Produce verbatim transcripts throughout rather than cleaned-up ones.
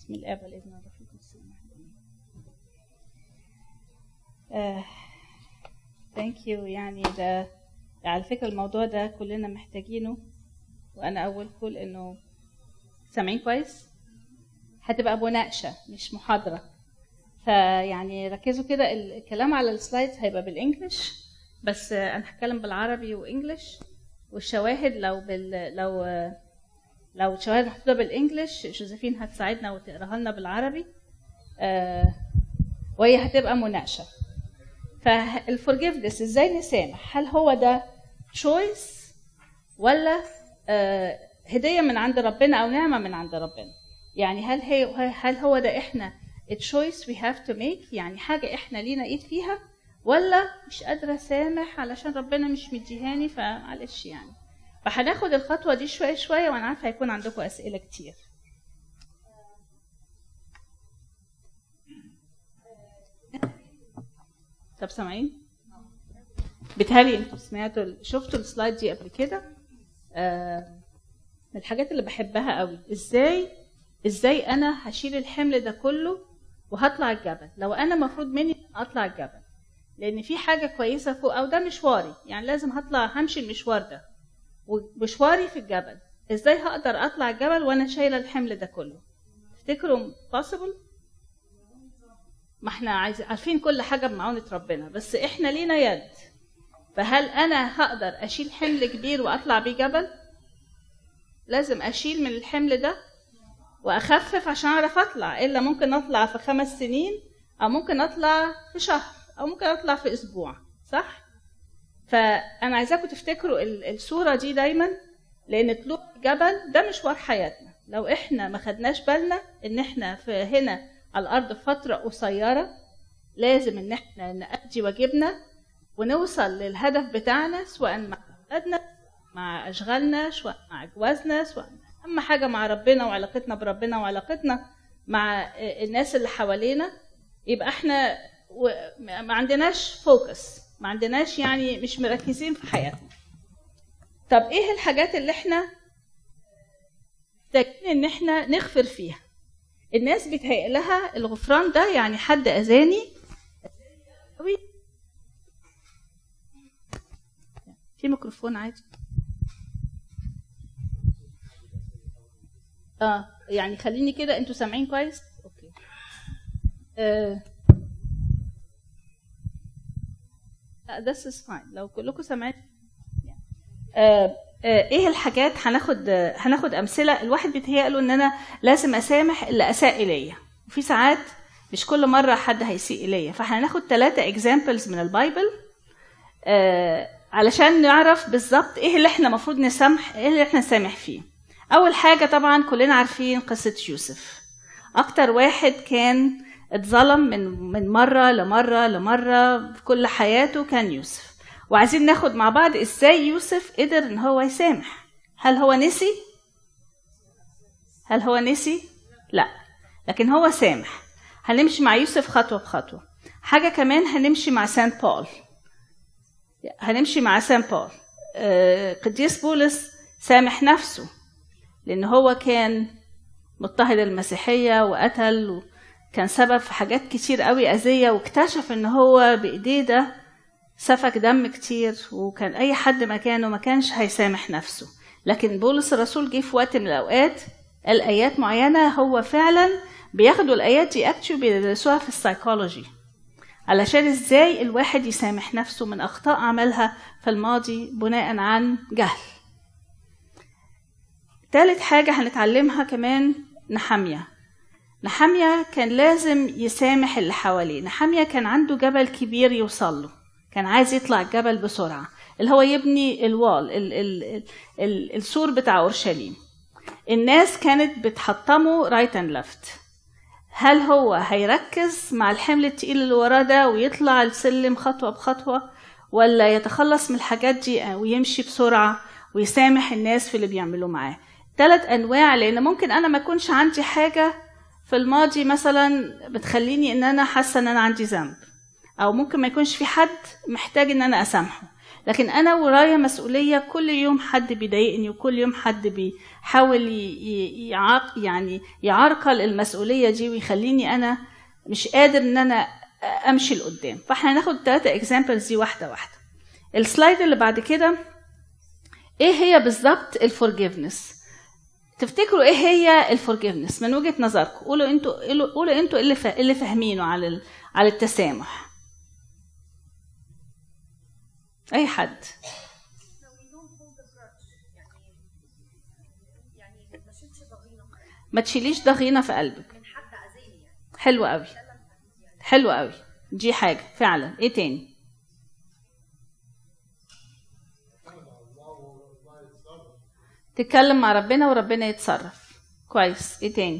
بسم الآب والابن والروح القدس. آه ثانك يو. يعني ده على فكرة الموضوع ده كلنا محتاجينه، وأنا أول كل إنه سامعين كويس. هتبقى مناقشة مش محاضرة، فيعني ركزوا كده. الكلام على السلايدز هيبقى بالإنجلش، بس أنا هتكلم بالعربي وإنجلش، والشواهد لو بال لو لو الشواهد محطوطة بالإنجلش جوزيفين هتساعدنا وتقراها لنا بالعربي، آه وهي هتبقى مناقشة. فالفورجيفنس ازاي نسامح؟ هل هو ده تشويس ولا آه هدية من عند ربنا أو نعمة من عند ربنا؟ يعني هل هي هل هو ده احنا تشويس we have to make، يعني حاجة احنا لينا ايد فيها، ولا مش قادرة اسامح علشان ربنا مش مديهاني فمعلش يعني. فهناخد الخطوة دي شوية شوية، وانا عارفة هيكون عندكم أسئلة كتير. طب سامعين؟ بيتهيألي انتوا سمعتوا شفتوا السلايد دي قبل كده. آه من الحاجات اللي بحبها قوي، ازاي ازاي انا هشيل الحمل ده كله وهطلع الجبل. لو انا مفروض مني اطلع الجبل لان في حاجه كويسه فوق، او ده مشواري، يعني لازم هطلع همشي المشوار ده ومشواري في الجبل، ازاي هقدر اطلع الجبل وانا شايله الحمل ده كله؟ تفتكروا possible؟ ما احنا عايزين عارفين كل حاجه بمعونه ربنا، بس احنا لينا يد. فهل انا هقدر اشيل حمل كبير واطلع بيه جبل؟ لازم اشيل من الحمل ده واخفف عشان اعرف اطلع، الا ممكن اطلع في خمس سنين او ممكن اطلع في شهر او ممكن اطلع في اسبوع، صح؟ فانا عايزاكم تفتكروا الصوره دي دايما، لان طلوع الجبل ده مشوار حياتنا. لو احنا ما خدناش بالنا ان احنا في هنا على الارض فتره قصيره، لازم ان احنا نأدي واجبنا ونوصل للهدف بتاعنا، سواء مع اولادنا، مع اشغالنا، سواء مع جوازنا، سواء اهم حاجه مع ربنا وعلاقتنا بربنا وعلاقتنا مع الناس اللي حوالينا. يبقى احنا ما عندناش فوكس، ما عندناش يعني مش مركزين في حياتنا. طب ايه الحاجات اللي احنا محتاجين ان احنا نغفر فيها؟ الناس بيتهيأ لها الغفران ده يعني حد اذاني قوي. في ميكروفون عادي؟ اه يعني خليني كده، انتوا سامعين كويس؟ اوكي. آه. لا this is fine لو كلكم سامعين. آه. آه. ايه الحاجات؟ هناخد هناخد امثله. الواحد بيتهيأله ان انا لازم اسامح اللي اساء الي، وفي ساعات مش كل مره حد هيسيء الي، فهناخد ثلاثه اكزامبلز من البايبل آه. علشان نعرف بالظبط ايه اللي احنا المفروض نسامح، ايه اللي احنا نسامح فيه. اول حاجه طبعا كلنا عارفين قصه يوسف. اكتر واحد كان اتظلم من من مره لمره لمره في كل حياته كان يوسف. وعايزين ناخد مع بعض ازاي يوسف قدر ان هو يسامح. هل هو نسي؟ هل هو نسي؟ لا، لكن هو سامح. هنمشي مع يوسف خطوه بخطوه. حاجه كمان هنمشي مع سان بول. هنمشي مع سان بول. قديس بولس سامح نفسه لأن هو كان مضطهد المسيحية وقتل وكان سبب في حاجات كتير قوي أذية، واكتشف إن هو بإيديه ده سفك دم كتير، وكان أي حد مكانه ما كانش هيسامح نفسه. لكن بولس الرسول جه في وقت من الأوقات الآيات معينة هو فعلا بياخدوا الآيات دي أكتشو بيدرسوها في السايكولوجي علشان إزاي الواحد يسامح نفسه من أخطاء عملها في الماضي بناء عن جهل. ثالث حاجة هنتعلمها كمان نحمية. نحمية كان لازم يسامح اللي حواليه. نحمية كان عنده جبل كبير يوصل له، كان عايز يطلع الجبل بسرعة، اللي هو يبني الوال ال ال ال ال السور بتاع أورشليم. الناس كانت بتحطمه رايت اند ليفت. هل هو هيركز مع الحمل التقيل اللي وراه ده ويطلع السلم خطوة بخطوة، ولا يتخلص من الحاجات دي ويمشي بسرعة ويسامح الناس في اللي بيعملوا معاه؟ ثلاث انواع، لان ممكن انا ما اكونش عندي حاجه في الماضي مثلا بتخليني ان انا حاسه ان انا عندي ذنب، او ممكن ما يكونش في حد محتاج ان انا اسامحه، لكن انا ورايا مسؤوليه، كل يوم حد بيضايقني وكل يوم حد بيحاول يعاق يعني يعرقل المسؤوليه دي ويخليني انا مش قادر ان انا امشي لقدام. فاحنا هناخد ثلاثه اكزامبلز دي واحده واحده. السلايد اللي بعد كده ايه هي بالظبط الفورجيفنس؟ تفتكروا ايه هي الفورجيفنس من وجهه نظركم؟ قولوا انتوا قولوا انتوا اللي فا... اللي فاهمينه على على التسامح. اي حد. ما تشيليش ضغينه في قلبك. حلو قوي، حلو قوي، دي حاجه فعلا. ايه تاني؟ تتكلم مع ربنا وربنا يتصرف. كويس. ايه تاني؟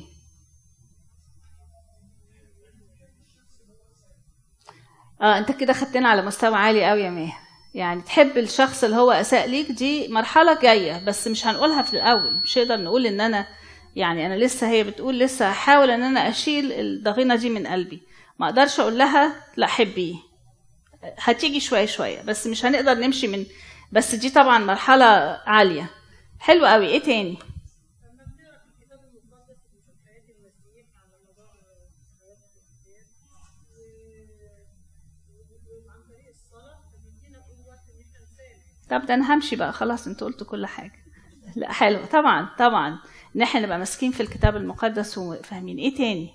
اه انت كده خدتنا على مستوى عالي قوي يا ماهر. يعني تحب الشخص اللي هو اساء ليك، دي مرحله جايه بس مش هنقولها في الاول. مش هنقدر نقول ان انا يعني انا لسه، هي بتقول لسه هحاول ان انا اشيل الضغينه دي من قلبي. ما اقدرش اقول لها لا حبيه، هتيجي شويه شويه بس مش هنقدر نمشي من، بس دي طبعا مرحله عاليه. حلو قوي. ايه تاني؟ طب ده انا همشي بقى خلاص، انتوا قلتوا كل حاجه. لا حلو طبعا طبعا ان احنا نبقى ماسكين في الكتاب المقدس وفاهمين. ايه تاني؟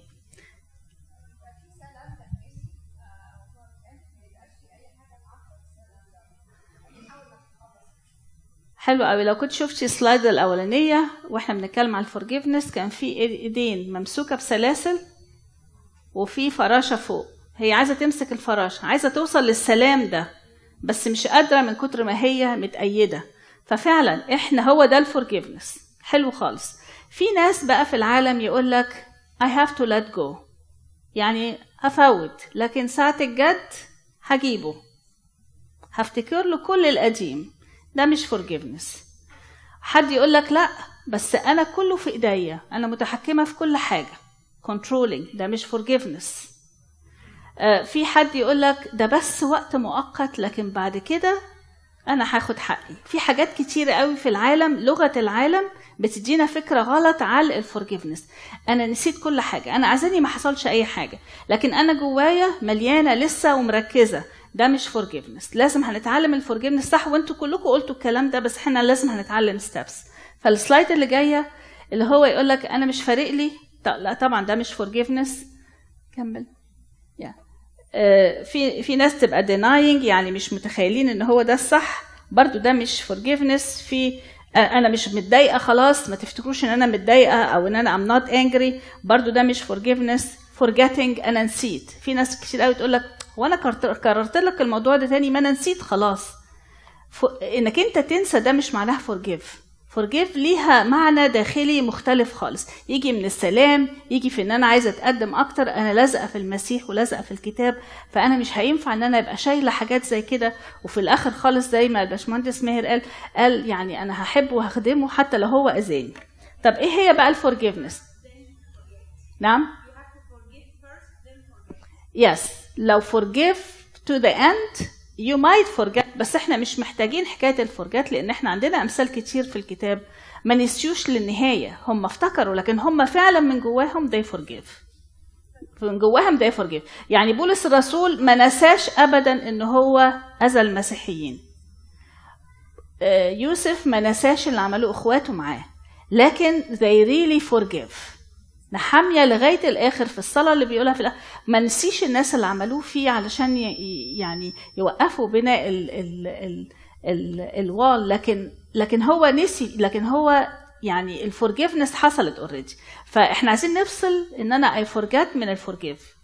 حلو قوي. لو كنت شفتي السلايد الاولانيه واحنا بنتكلم على الفورجيفنس، كان في ايدين ممسوكه بسلاسل وفي فراشه فوق. هي عايزه تمسك الفراشه، عايزه توصل للسلام ده، بس مش قادره من كتر ما هي متأيده. ففعلا احنا هو ده الفورجيفنس. حلو خالص. في ناس بقى في العالم يقول لك I have to let go، يعني هفوت، لكن ساعة الجد هجيبه، هفتكر له كل القديم. ده مش forgiveness. حد يقول لك لا بس انا كله في ايديا، انا متحكمة في كل حاجة، controlling. ده مش forgiveness. آه في حد يقول لك ده بس وقت مؤقت لكن بعد كده انا هاخد حقي. في حاجات كتيرة قوي في العالم، لغة العالم بتدينا فكرة غلط على الفورجيفنس. انا نسيت كل حاجة، انا عايزاني ما حصلش اي حاجة، لكن انا جوايا مليانة لسه ومركزة. ده مش فورجيفنس. لازم هنتعلم الفورجيفنس صح، وانتوا كلكم قلتوا الكلام ده، بس احنا لازم هنتعلم ستابس. فالسلايد اللي جاية اللي هو يقول لك انا مش فارق لي، لا طبعا ده مش فورجيفنس. كمل. yeah. uh, في في ناس تبقى denying، يعني مش متخيلين ان هو ده الصح، برضو ده مش forgiveness. في uh, انا مش متضايقه خلاص، ما تفتكروش ان انا متضايقه او ان انا I'm not angry، برضو ده مش forgiveness. forgetting، انا نسيت. في ناس كتير قوي تقول لك وانا كررت لك الموضوع ده تاني، ما انا نسيت خلاص. ف... انك انت تنسى ده مش معناها forgive. forgive ليها معنى داخلي مختلف خالص، يجي من السلام، يجي في ان انا عايزه اتقدم اكتر، انا لازقه في المسيح ولازقه في الكتاب، فانا مش هينفع ان انا ابقى شايله حاجات زي كده وفي الاخر خالص زي ما الباشمهندس ماهر قال قال يعني انا هحبه وهخدمه حتى لو هو اذاني. طب ايه هي بقى الفورجيفنس؟ نعم yes لو forgive to the end you might forget، بس احنا مش محتاجين حكايه الفورجات، لان احنا عندنا امثال كتير في الكتاب ما نسيوش للنهايه، هم افتكروا لكن هم فعلا من جواهم they forgive، من جواهم they forgive. يعني بولس الرسول ما نساش ابدا ان هو اذى المسيحيين، يوسف ما نساش اللي عملوه اخواته معاه، لكن they really forgive. نحمية لغاية الآخر في الصلاة اللي بيقولها في الآخر ما نسيش الناس اللي عملوه فيه علشان يعني يوقفوا بناء ال ال ال ال الوال، لكن لكن هو نسي، لكن هو يعني الفورجيفنس حصلت اوريدي. فاحنا عايزين نفصل ان انا اي فورجات من الفورجيف.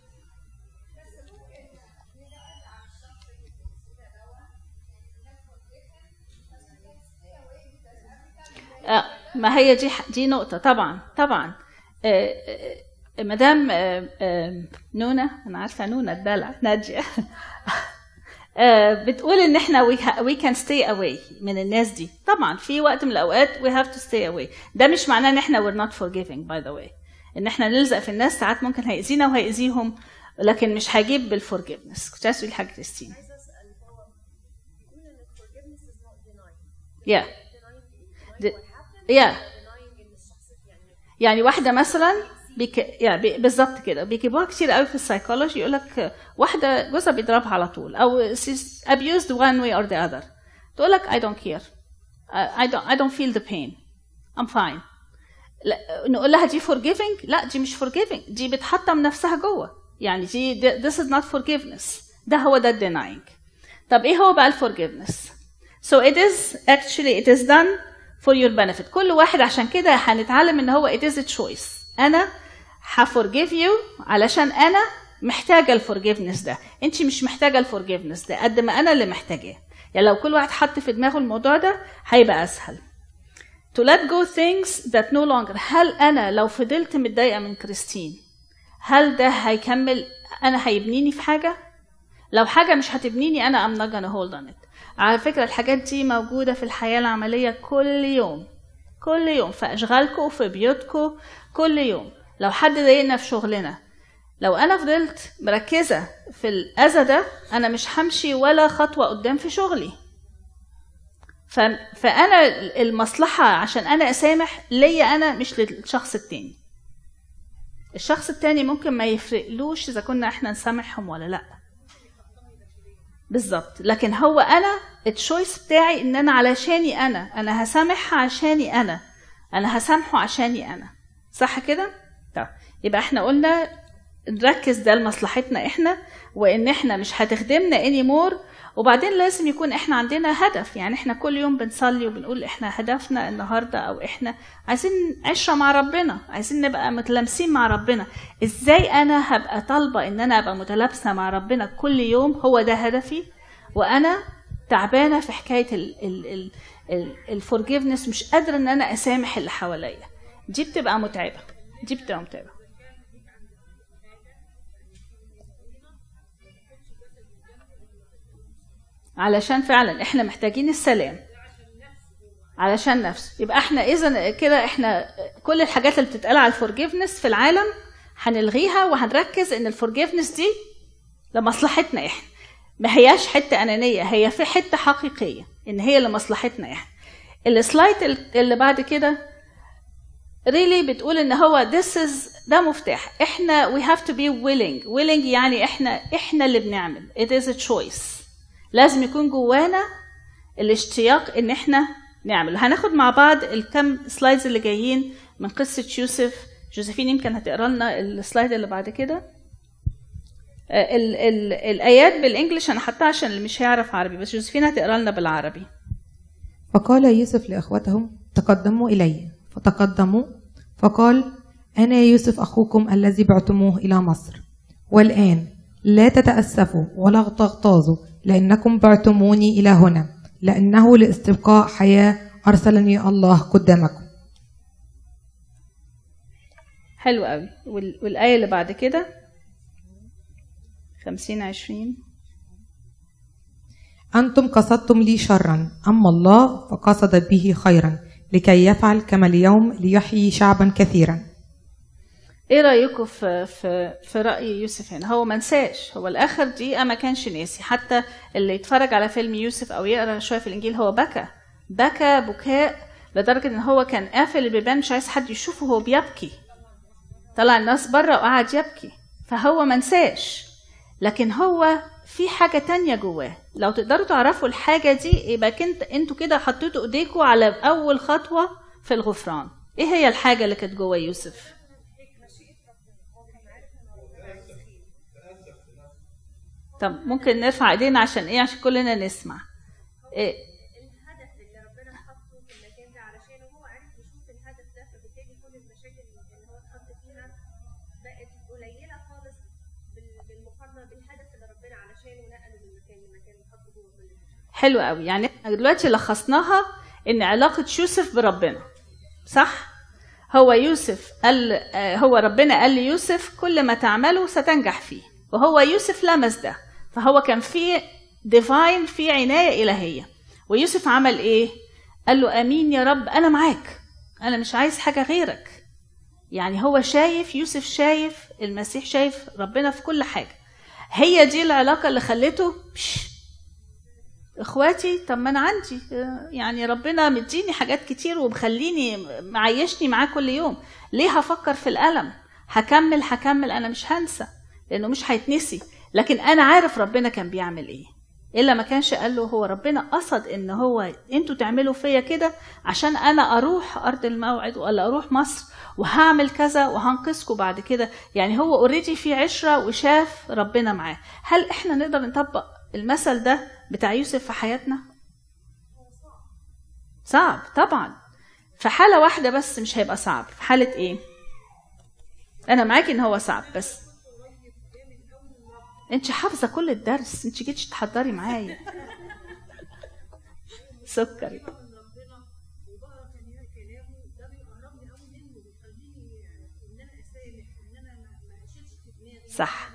آه ما هي دي دي نقطة طبعا طبعا. آه آه مدام آه آه نونة، انا عارفة نونة الدلع نادية آه بتقول ان احنا we, we can stay away من الناس دي. طبعا في وقت من الاوقات we have to stay away، ده مش معناه ان احنا we're not forgiving by the way، ان احنا نلزق في الناس ساعات ممكن هيأذينا وهيأذيهم، لكن مش هجيب بالforgiveness. كنت عايز تقولي حاجة كريستين؟ yeah yeah يعني واحده مثلا بيك... يعني بالظبط كده بيجيبوها كتير قوي في السايكولوجي، يقول لك واحده جوزها بيضربها على طول او she's abused one way or the other، تقول لك I don't care I don't I don't feel the pain I'm fine. لا نقول لها دي forgiving، لا دي مش forgiving، دي بتحطم نفسها جوه، يعني دي this is not forgiveness، ده هو ده denying. طب ايه هو بقى الforgiveness؟ so it is actually it is done for your benefit. كل واحد عشان كده هنتعلم ان هو it is a choice. انا هforgive you علشان انا محتاجه الforgiveness ده، انت مش محتاجه الforgiveness ده قد ما انا اللي محتاجاه. يعني لو كل واحد حط في دماغه الموضوع ده هيبقى اسهل. to let go things that no longer. هل انا لو فضلت متضايقه من كريستين هل ده هيكمل انا هيبنيني في حاجه؟ لو حاجه مش هتبنيني انا I'm not gonna hold on it. على فكره الحاجات دي موجوده في الحياه العمليه كل يوم كل يوم في اشغالكم وفي بيوتكم كل يوم. لو حد ضايقنا في شغلنا، لو انا فضلت مركزه في الاذى ده انا مش همشي ولا خطوه قدام في شغلي. فانا المصلحه عشان انا اسامح ليا انا مش للشخص التاني. الشخص التاني ممكن ما يفرقلوش اذا كنا احنا نسامحهم ولا لا بالظبط، لكن هو انا التشويس بتاعي ان انا علشاني انا انا هسامحها عشاني انا انا هسامحه عشاني انا، صح كده؟ طيب يبقى احنا قلنا نركز ده لمصلحتنا احنا، وان احنا مش هتخدمنا anymore. وبعدين لازم يكون احنا عندنا هدف، يعني احنا كل يوم بنصلي وبنقول احنا هدفنا النهارده، او احنا عايزين عشره مع ربنا، عايزين نبقى متلامسين مع ربنا. ازاي انا هبقى طالبه ان انا ابقى متلامسه مع ربنا كل يوم؟ هو ده هدفي، وانا تعبانه في حكايه الفورجيفنس، مش قادره ان انا اسامح اللي حواليا. دي بتبقى متعبه، دي بتبقى متعبه. علشان فعلا احنا محتاجين السلام علشان نفسه. يبقى احنا اذا كده احنا كل الحاجات اللي بتتقال على الفورجيفنس في العالم هنلغيها، وهنركز ان الفورجيفنس دي لمصلحتنا احنا، ما هياش حته انانيه، هي في حته حقيقيه ان هي لمصلحتنا احنا. السلايد اللي بعد كده ريلي really بتقول ان هو this is ده مفتاح. احنا we have to be willing willing يعني احنا احنا اللي بنعمل. it is a choice. لازم يكون جوانا الاشتياق ان احنا نعمل. هناخد مع بعض الكم سلايدز اللي جايين من قصة يوسف. جوزيفين يمكن هتقرا لنا السلايد اللي بعد كده. ال ال الايات بالانجلش انا حطها عشان اللي مش هيعرف عربي، بس جوزيفين هتقرا لنا بالعربي. فقال يوسف لاخوتهم تقدموا الي، فتقدموا فقال انا يوسف اخوكم الذي بعتموه الى مصر، والان لا تتأسفوا ولا تغتاظوا لأنكم بعتموني إلى هنا، لأنه لاستبقاء حياة أرسلني الله قدامكم. حلو قوي. والآية اللي بعد كده خمسين عشرين أنتم قصدتم لي شرا، أما الله فقصد به خيرا لكي يفعل كما اليوم ليحيي شعبا كثيرا. ايه رايكم في في في راي يوسف هنا؟ هو ما نساش، هو الاخر دقيقه ما كانش ناسي. حتى اللي يتفرج على فيلم يوسف او يقرا شويه في الانجيل هو بكى بكى بكاء لدرجه ان هو كان قافل البيبان مش عايز حد يشوفه وهو بيبكي. طلع الناس بره وقعد يبكي. فهو ما نساش، لكن هو في حاجه تانية جواه. لو تقدروا تعرفوا الحاجه دي يبقى كنت انتوا كده حطيتوا ايديكم على اول خطوه في الغفران. ايه هي الحاجه اللي كانت جوه يوسف؟ طب ممكن نرفع ايدينا عشان ايه؟ عشان كلنا نسمع. ايه الهدف اللي ربنا حطه في المكان ده علشان هو عارف يشوف الهدف ده، فبالتالي كل المشاكل اللي هو اتحط فيها بقت قليله خالص بالمقارنه بالهدف اللي ربنا علشانه نقله من مكان لمكان وحطه جوه كل المشاكل. حلو قوي. يعني احنا دلوقتي لخصناها ان علاقه يوسف بربنا، صح؟ هو يوسف قال، هو ربنا قال ليوسف كل ما تعمله ستنجح فيه، وهو يوسف لمس ده، فهو كان في ديفاين، في عناية إلهية. ويوسف عمل إيه؟ قال له أمين يا رب، أنا معاك، أنا مش عايز حاجة غيرك. يعني هو شايف، يوسف شايف المسيح، شايف ربنا في كل حاجة. هي دي العلاقة اللي خلته اخواتي طب ما انا عندي يعني ربنا مديني حاجات كتير ومخليني معيشني معاه كل يوم، ليه هفكر في الألم؟ هكمل هكمل انا مش هنسى لانه مش هيتنسي. لكن انا عارف ربنا كان بيعمل ايه، الا ما كانش قال له هو ربنا قصد ان هو انتوا تعملوا فيا كده عشان انا اروح ارض الموعد ولا اروح مصر وهعمل كذا وهنقذكم بعد كده. يعني هو اوريدي في عشره وشاف ربنا معاه. هل احنا نقدر نطبق المثل ده بتاع يوسف في حياتنا؟ صعب طبعا. في حاله واحده بس مش هيبقى صعب. في حاله ايه؟ انا معاكي ان هو صعب، بس انت حافظه كل الدرس، انت جيتش تحضري معايا سكري. صح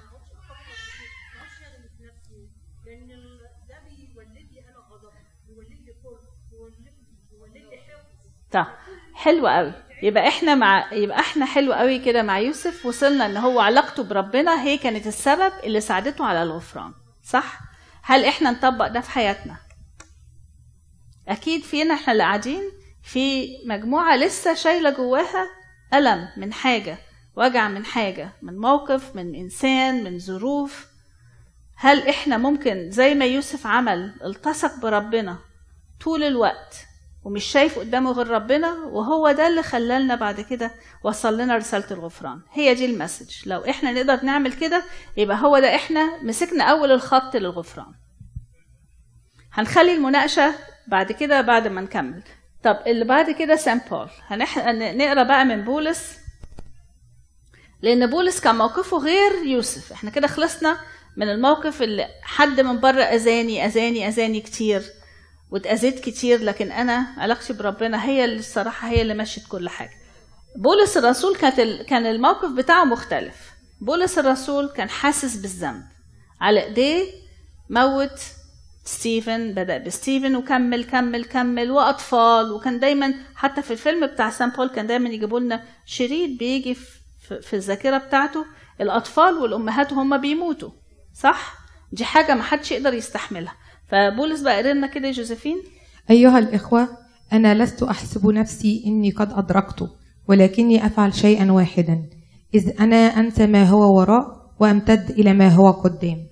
طب حلو قوي. يبقى احنا مع يبقى احنا حلو قوي كده مع يوسف، وصلنا ان هو علاقته بربنا هي كانت السبب اللي ساعدته على الغفران. صح؟ هل احنا نطبق ده في حياتنا؟ اكيد فينا احنا اللي قاعدين في مجموعه لسه شايله جواها الم من حاجه، وجع من حاجه، من موقف، من انسان، من ظروف. هل احنا ممكن زي ما يوسف عمل التصق بربنا طول الوقت ومش شايف قدامه غير ربنا، وهو ده اللي خلالنا بعد كده وصل لنا رسالة الغفران؟ هي دي المسج. لو احنا نقدر نعمل كده يبقى هو ده احنا مسكنا اول الخط للغفران. هنخلي المناقشة بعد كده بعد ما نكمل. طب اللي بعد كده سان بول. هنقرأ بقى من بولس، لان بولس كان موقفه غير يوسف. احنا كده خلصنا من الموقف اللي حد من بره اذاني اذاني اذاني كتير واتأذيت كتير، لكن انا علاقتي بربنا هي اللي الصراحه هي اللي مشت كل حاجه. بولس الرسول كانت ال... كان الموقف بتاعه مختلف. بولس الرسول كان حاسس بالذنب، على ايديه موت ستيفن، بدأ بستيفن وكمل كمل كمل واطفال. وكان دايما حتى في الفيلم بتاع سان بول كان دايما يجيبوا لنا شريط بيجي في, في الذاكره بتاعته الاطفال والامهات وهم بيموتوا. صح؟ دي حاجه ما حدش يقدر يستحملها. فبولس بقى قررنا كده يا جوزيفين. أيها الإخوة، أنا لست أحسب نفسي إني قد أدركت، ولكني أفعل شيئا واحدا، إذ أنا أنسى ما هو وراء وأمتد إلى ما هو قدام.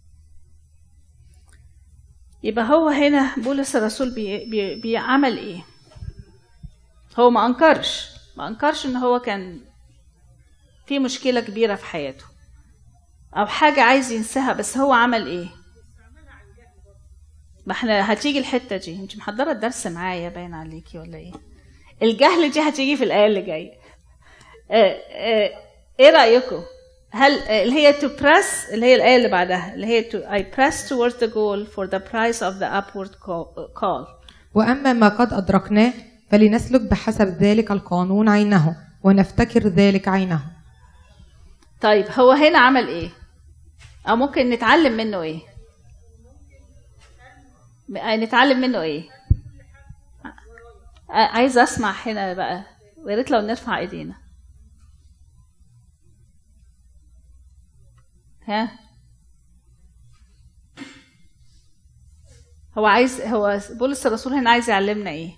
يبقى هو هنا بولس الرسول بي بي بيعمل إيه؟ هو ما أنكرش ما أنكرش إن هو كان في مشكلة كبيرة في حياته أو حاجة عايز ينساها، بس هو عمل إيه؟ ما احنا هتيجي الحته دي. انت محضره الدرس معايا باين عليكي ولا ايه؟ الجهل دي هتيجي في الايه اللي جايه. اه اه ايه رايكم؟ هل اللي هي to press اللي هي الايه اللي بعدها اللي هي to I press towards the goal for the price of the upward call. واما ما قد ادركناه فلنسلك بحسب ذلك القانون عينه ونفتكر ذلك عينه. طيب هو هنا عمل ايه؟ او ممكن نتعلم منه ايه؟ نتعلم منه ايه؟ عايز اسمع هنا بقى، ويا ريت لو نرفع ايدينا. ها هو عايز هو بولس الرسول هنا عايز يعلمنا ايه؟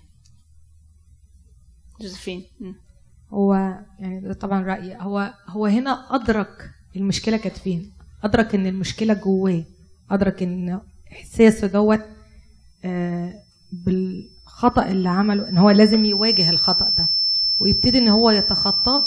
جوزيفين. هو يعني ده طبعا رأيي. هو هو هنا أدرك المشكلة كانت فين، أدرك إن المشكلة جواه، أدرك إن إحساسه دوت آه بالخطأ اللي عمله، إن هو لازم يواجه الخطأ ده ويبتدي إن هو يتخطاه.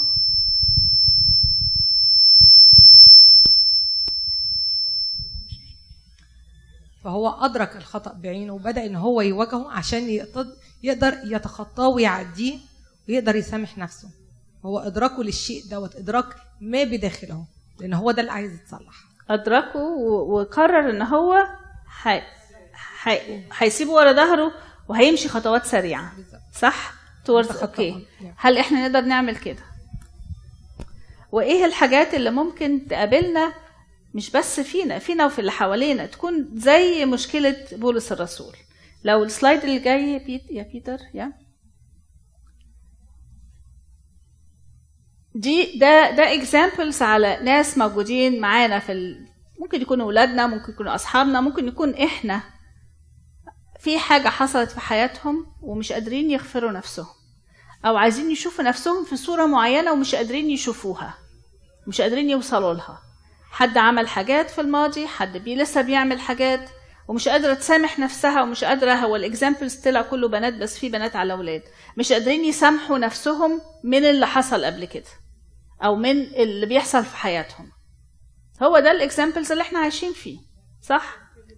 فهو أدرك الخطأ بعينه وبدأ إن هو يواجهه عشان يقدر يتخطاه ويعديه ويقدر يسامح نفسه. هو إدراكه للشيء دوت إدراك ما بداخله، لأن هو ده اللي عايز يتصلح. أدركه وقرر إن هو حي... حي... هيسيبه ورا ظهره وهيمشي خطوات سريعة. صح؟ أوكي. هل إحنا نقدر نعمل كده؟ وإيه الحاجات اللي ممكن تقابلنا مش بس فينا فينا وفي اللي حوالينا تكون زي مشكلة بولس الرسول؟ لو السلايد اللي جاي بيت يا بيتر يا دي ده ده اكزامبلز على ناس موجودين معانا في ال... ممكن يكونوا اولادنا، ممكن يكونوا اصحابنا، ممكن يكون احنا في حاجة حصلت في حياتهم ومش قادرين يغفروا نفسهم، أو عايزين يشوفوا نفسهم في صورة معينة ومش قادرين يشوفوها، مش قادرين يوصلوا لها. حد عمل حاجات في الماضي، حد بي لسه بيعمل حاجات ومش قادرة تسامح نفسها ومش قادرة. هو الإكزامبلز طلع كله بنات، بس في بنات على أولاد مش قادرين يسامحوا نفسهم من اللي حصل قبل كده أو من اللي بيحصل في حياتهم. هو ده الإكزامبلز اللي احنا عايشين فيه، صح؟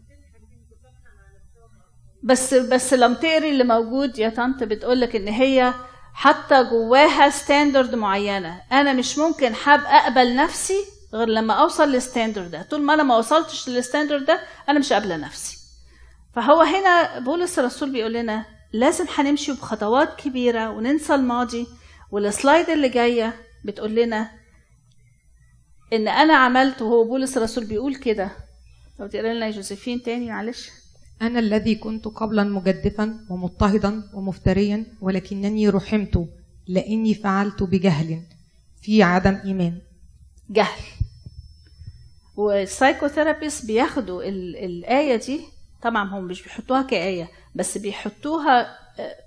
بس بس لما تقري اللي موجود يا طنط بتقولك إن هي حتى جواها ستاندرد معينة. أنا مش ممكن حاب أقبل نفسي غير لما أوصل للستاندرد ده. طول ما أنا ما وصلتش للستاندرد ده أنا مش قابلة نفسي. فهو هنا بولس الرسول بيقول لنا لازم هنمشي بخطوات كبيرة وننسى الماضي. والسلايد اللي جاية بتقول لنا إن أنا عملت، وهو بولس الرسول بيقول كده. لو تقرأ لنا يا جوزيفين تاني معلش. أنا الذي كنت قبلا مجدفا ومضطهدا ومفتريا، ولكنني رحمت لأني فعلت بجهل في عدم إيمان. جهل. والسايكوثيرابيست بياخدوا الآية دي، طبعا هم مش بيحطوها كآية بس بيحطوها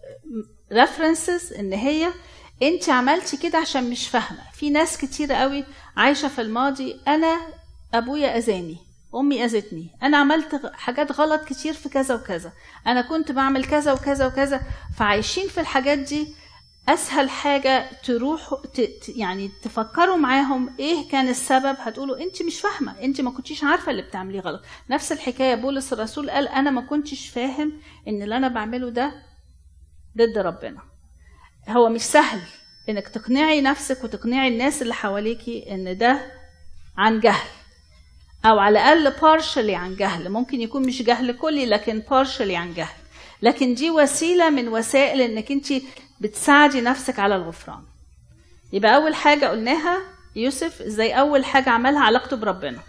ريفرنسز إن هي أنت عملتي كده عشان مش فاهمة. في ناس كتير قوي عايشة في الماضي، أنا أبويا أذاني، أمي أذتني، أنا عملت حاجات غلط كتير في كذا وكذا، أنا كنت بعمل كذا وكذا وكذا. فعايشين في الحاجات دي. أسهل حاجة تروحوا يعني تفكروا معاهم إيه كان السبب، هتقولوا أنت مش فاهمة، أنت ما كنتيش عارفة اللي بتعمليه غلط. نفس الحكاية بولس الرسول قال أنا ما كنتش فاهم إن اللي أنا بعمله ده ضد ربنا. هو مش سهل إنك تقنعي نفسك وتقنعي الناس اللي حواليكي إن ده عن جهل، أو على الأقل partially عن جهل. ممكن يكون مش جهل كلي لكن partially عن جهل، لكن دي وسيلة من وسائل إنك أنت بتساعدي نفسك على الغفران. يبقى أول حاجة قلناها يوسف إزاي أول حاجة عملها علاقته بربنا.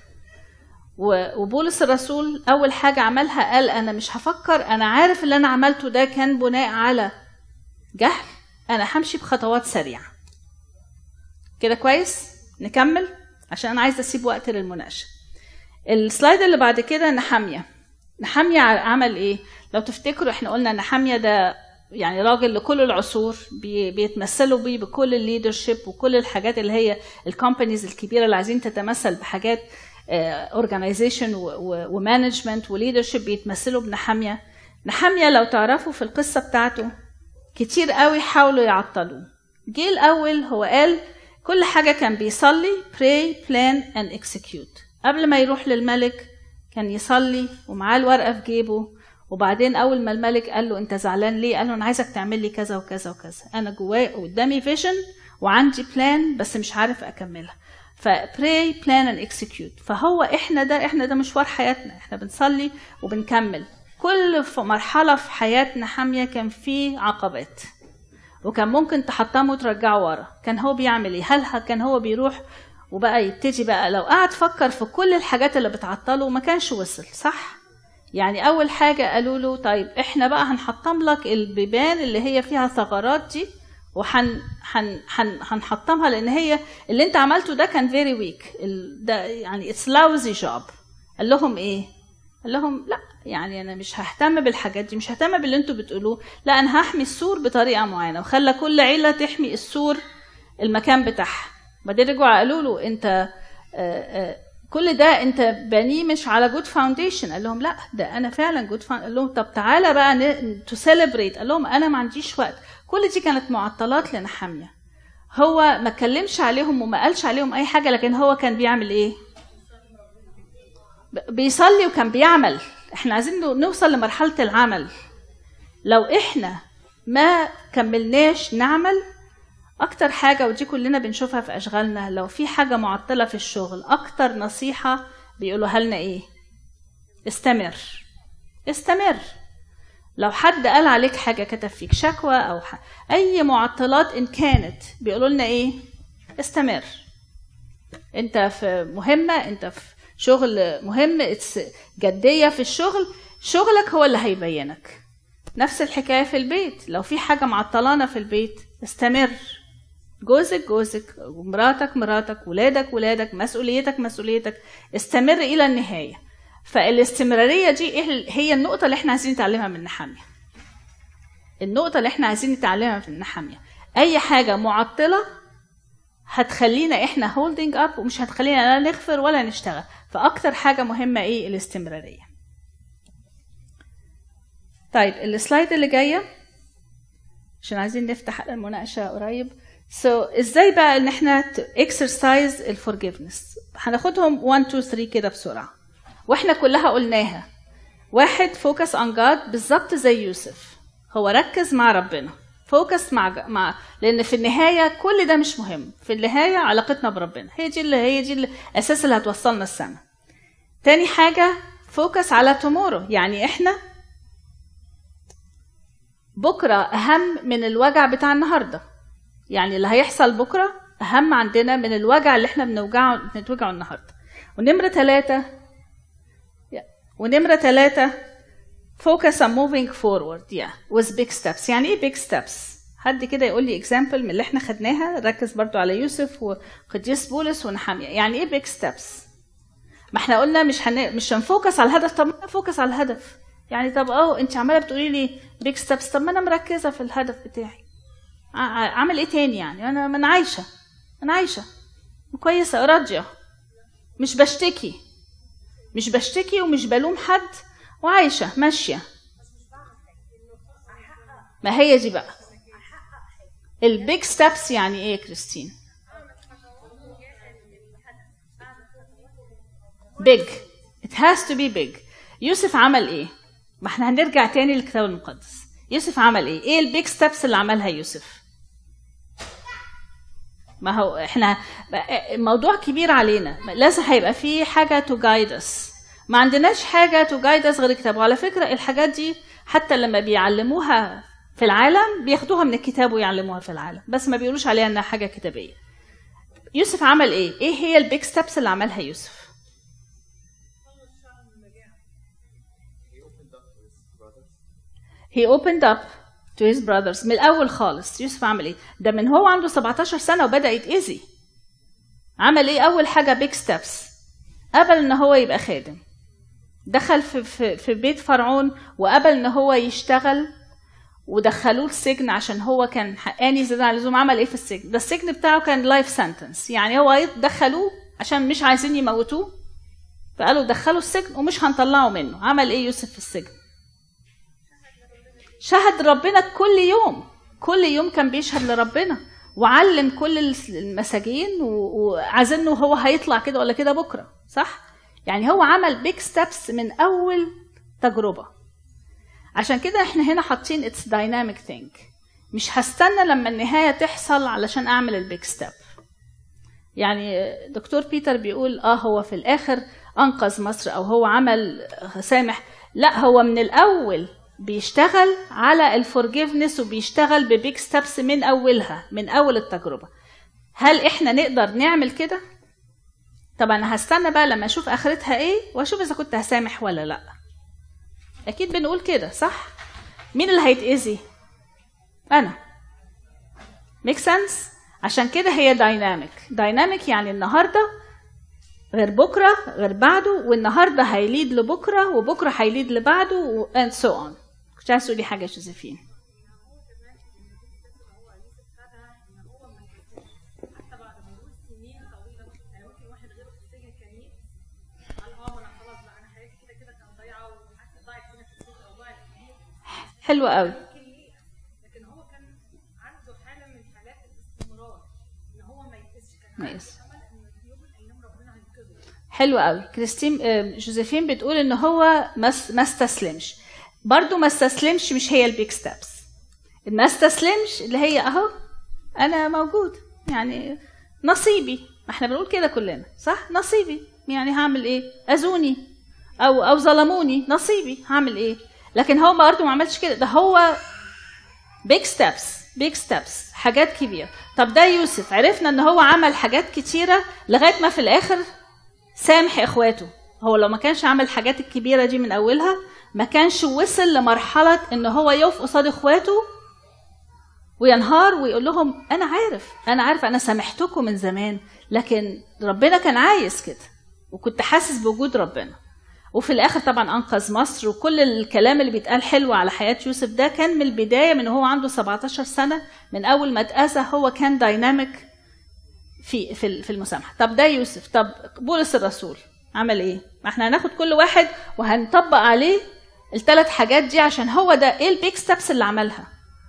وبولس الرسول أول حاجة عملها قال أنا مش هفكر، أنا عارف اللي أنا عملته ده كان بناء على جهل، أنا همشي بخطوات سريعة. كده كويس؟ نكمل عشان أنا عايزة أسيب وقت للمناقشة. السلايد اللي بعد كده نحمية. نحمية عمل إيه؟ لو تفتكروا إحنا قلنا نحمية ده يعني راجل لكل العصور، بيتمثلوا بيه بكل الليدرشيب وكل الحاجات اللي هي الكومبانيز الكبيرة اللي عايزين تتمثل بحاجات اورجانيزيشن ومانجمنت وليدرشيب، بيتمثلوا بنحمية. نحمية لو تعرفوا في القصة بتاعته كتير قوي حاولوا يعطلوه. جه الأول هو قال كل حاجة كان بيصلي pray plan and execute. قبل ما يروح للملك كان يصلي ومعاه الورقة في جيبه، وبعدين أول ما الملك قال له أنت زعلان ليه؟ قال له أنا عايزك تعمل لي كذا وكذا وكذا، أنا جواي قدامي فيجن وعندي بلان بس مش عارف أكملها. فpray plan and execute. فهو إحنا ده إحنا ده مشوار حياتنا، إحنا بنصلي وبنكمل. كل مرحلة في حياتنا حامية كان فيه عقبات وكان ممكن تحطمه وترجعه ورا. كان هو بيعمل إيه؟ هل كان هو بيروح وبقى يبتدي بقى لو قاعد فكر في كل الحاجات اللي بتعطله ما كانش وصل، صح؟ يعني أول حاجة قالوا له طيب إحنا بقى هنحطم لك البيبان اللي هي فيها ثغرات دي وحن حن حن هنحطمها لأن هي اللي أنت عملته ده كان very weak، ده يعني it's lousy job. قال لهم إيه؟ قال لهم لا، يعني أنا مش ههتم بالحاجات دي، مش ههتم باللي أنتوا بتقولوه، لا أنا هحمي السور بطريقة معينة. وخلى كل عيلة تحمي السور المكان بتاعها. بعدين رجعوا قالوا له أنت آآ آآ كل ده انت بنيه مش على جود فاونديشن. قال لهم لا ده انا فعلا جود فاونديشن. قال لهم طب تعالى بقى تو سيلبريت. قال لهم انا ما عنديش وقت. كل دي كانت معطلات لنحمية. هو ما اتكلمش عليهم وما قالش عليهم اي حاجه، لكن هو كان بيعمل ايه؟ بيصلي وكان بيعمل. احنا عايزين نوصل لمرحله العمل. لو احنا ما كملناش نعمل اكتر حاجة، ودي كلنا بنشوفها في اشغالنا، لو في حاجة معطلة في الشغل اكتر نصيحة بيقولوها لنا ايه؟ استمر استمر. لو حد قال عليك حاجة، كتب فيك شكوى او ح... اي معطلات ان كانت، بيقولوا لنا ايه؟ استمر. انت في مهمة، انت في شغل مهم، جدية في الشغل، شغلك هو اللي هيبينك. نفس الحكاية في البيت، لو في حاجة معطلانا في البيت استمر. جوزك جوزك، مراتك مراتك، ولادك ولادك، مسؤوليتك مسؤوليتك، استمر إلى النهاية. فالاستمراريه دي هي النقطه اللي احنا عايزين نتعلمها من نحمية. النقطه اللي احنا عايزين نتعلمها من نحمية، اي حاجه معطله هتخلينا احنا هولدنج اب ومش هتخلينا لا نغفر ولا نشتغل. فاكتر حاجه مهمه ايه؟ الاستمراريه. طيب السلايد اللي جايه عشان عايزين نفتح المناقشه قريب. سو so, ازاي بقى ان احنا اكسرسايز الفورجيفنس؟ هناخدهم واحد اتنين تلاتة كده بسرعه واحنا كلها قلناها. واحد، فوكس اون جاد، بالظبط زي يوسف، هو ركز مع ربنا، فوكس مع مع لان في النهايه كل ده مش مهم، في النهايه علاقتنا بربنا هي دي اللي هي دي الاساس اللي هتوصلنا السما. تاني حاجه، فوكس على تومورو، يعني احنا بكره اهم من الوجع بتاع النهارده. يعني اللي هيحصل بكره اهم عندنا من الوجع اللي احنا بنوجعه بنتوجعه النهارده. ونمره ثلاثة ونمره ثلاثة focus on moving forward yeah with big steps. يعني ايه big steps؟ حد كده يقول لي example من اللي احنا خدناها، ركز برضو على يوسف وقديس بولس ونحمية. يعني ايه big steps؟ ما احنا قلنا مش هن... مش هنفوكس على الهدف. طب ما فوكس على الهدف. يعني طب اه انت عماله بتقولي لي big steps، طب ما انا مركزه في الهدف بتاعي. اعمل ايه تاني؟ يعني انا من عايشه انا عايشه كويسه راضيه، مش بشتكي مش بشتكي ومش بلوم حد، وعايشه ماشيه. ما هي دي بقى البيج ستابس. يعني ايه يا كريستين؟ big. it has to be big. يوسف عمل ايه؟ ما احنا هنرجع تاني للكتاب المقدس. يوسف عمل ايه؟ ايه البيج ستابس اللي عملها يوسف؟ ما هو احنا موضوع كبير علينا، لازم هيبقى فيه حاجه تو جايد اس. ما عندناش حاجه تو جايد اس غير الكتاب. وعلى فكره الحاجات دي حتى لما بيعلموها في العالم بياخدوها من الكتاب ويعلموها في العالم، بس ما بيقولوش عليها انها حاجه كتابيه. يوسف عمل ايه؟ ايه هي البيج ستابس اللي عملها يوسف؟ he opened up to his brothers. من الأول خالص يوسف عمل إيه؟ ده من هو عنده سبعتاشر سنة وبدأ يتأذي. عمل إيه؟ أول حاجة big steps. قبل إن هو يبقى خادم، دخل في, في, في بيت فرعون، وقبل إن هو يشتغل، ودخلوه السجن عشان هو كان حقاني زيادة عن اللزوم. عمل إيه في السجن؟ ده السجن بتاعه كان life sentence. يعني هو دخلوه عشان مش عايزين يموتوه، فقالوا دخلوا السجن ومش هنطلعه منه. عمل إيه يوسف في السجن؟ شهد ربنا كل يوم، كل يوم كان بيشهد لربنا، وعلم كل المساجين وعزمه هو هيطلع كده ولا كده بكره، صح؟ يعني هو عمل بيج ستابس من اول تجربه. عشان كده احنا هنا حاطين اتس دايناميك ثينك. مش هستنى لما النهايه تحصل علشان اعمل البيج ستاب. يعني دكتور بيتر بيقول اه هو في الاخر انقذ مصر او هو عمل سامح. لا، هو من الاول بيشتغل على الفورجيفنس وبيشتغل ببيج ستابس من اولها، من اول التجربه. هل احنا نقدر نعمل كده؟ طبعا انا هستنى بقى لما اشوف اخرتها ايه واشوف اذا كنت هسامح ولا لا. اكيد بنقول كده، صح؟ مين اللي هيتاذي؟ انا. ميك سنس؟ عشان كده هي دايناميك. دايناميك يعني النهارده غير بكره غير بعده، والنهارده هيليد لبكره وبكره هيليد لبعده and so on. كنت عايز تقولي حاجه يا جوزيفين؟ حلو قوي. لكن هو كان عنده حاله من حالات الاستمرار ان هو ما يتقسش، كان عنده امل ان في يوم من الايام ربنا هينقذه. حلو قوي. كريستين جوزيفين بتقول ان هو ما استسلمش. برضو ما استسلمش مش هي البيج ستابس. ما استسلمش اللي هي اهو انا موجود، يعني نصيبي. ما احنا بنقول كده كلنا، صح؟ نصيبي، يعني هعمل ايه؟ اذوني او او ظلموني، نصيبي، هعمل ايه؟ لكن هو برضه ما عملش كده. ده هو big steps big steps حاجات كبيرة. طب ده يوسف عرفنا ان هو عمل حاجات كتيرة لغاية ما في الاخر سامح اخواته. هو لو ما كانش عمل الحاجات الكبيرة دي من اولها ما كانش وصل لمرحلة ان هو يقف قصاد اخواته وينهار ويقول لهم انا عارف انا عارف انا سامحتكم من زمان، لكن ربنا كان عايز كده وكنت حاسس بوجود ربنا. وفي الاخر طبعا انقذ مصر، وكل الكلام اللي بيتقال حلو على حياه يوسف ده كان من البدايه، من هو عنده سبعتاشر سنه، من اول ما اتاذى هو كان دايناميك في في في المسامحه. طب ده يوسف. طب بولس الرسول عمل ايه؟ ما احنا هناخد كل واحد وهنطبق عليه الثلاث حاجات دي، عشان هو ده ايه البيك ستابس اللي عملها.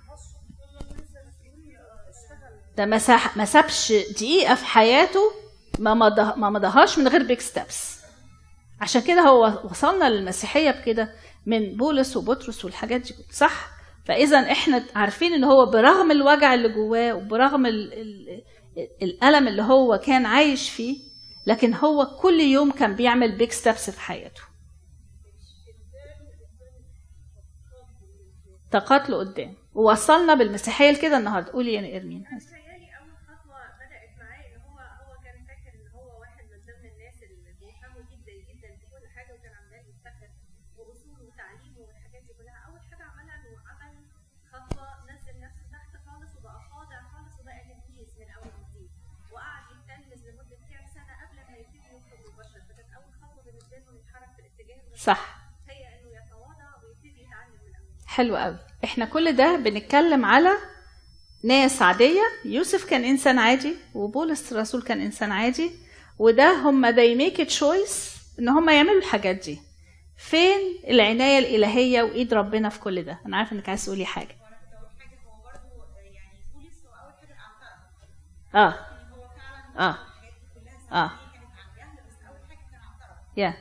ده مسح ما سابش دقيقه في حياته ما مضى ما مضاهاش من غير بيك ستابس. عشان كده هو وصلنا للمسيحيه بكده من بولس وبطرس والحاجات دي، صح؟ فاذا احنا عارفين ان هو برغم الوجع اللي جواه وبرغم ال ال الالم اللي هو كان عايش فيه، لكن هو كل يوم كان بيعمل بيك ستابس في حياته. تقاتلوا قدام، ووصلنا بالمسيحيه لكده النهارده. قولي يا ارمين. متهيألي أول خطوة بدأت معاه إن هو هو كان فاكر إن هو واحد من ضمن الناس اللي بيفهموا جدا جدا في كل حاجة، وكان عمال يفتخر بأصوله وتعليمه والحاجات دي كلها. أول حاجة عملها إنه عمل خطوة نزل نفسه تحت خالص وبقى خاضع خالص وبقى تلميذ من أول وجديد، وقعد يتلمذ لمدة كام سنة قبل ما يبتدي يخرج مباشرة. فكانت أول خطوة بالنسبة له يتحرك في الاتجاه ده. صح. هي إنه يتواضع ويبتدي يتعلم من أول. حلو قوي. احنا كل ده بنتكلم على ناس عادية. يوسف كان إنسان عادي، وبولس الرسول كان إنسان عادي، وده هم they make a choice إن هم يعملوا الحاجات دي. فين العناية الإلهية وإيد ربنا في كل ده؟ أنا عارفة إنك عايز تقولي حاجة. آه آه آه يا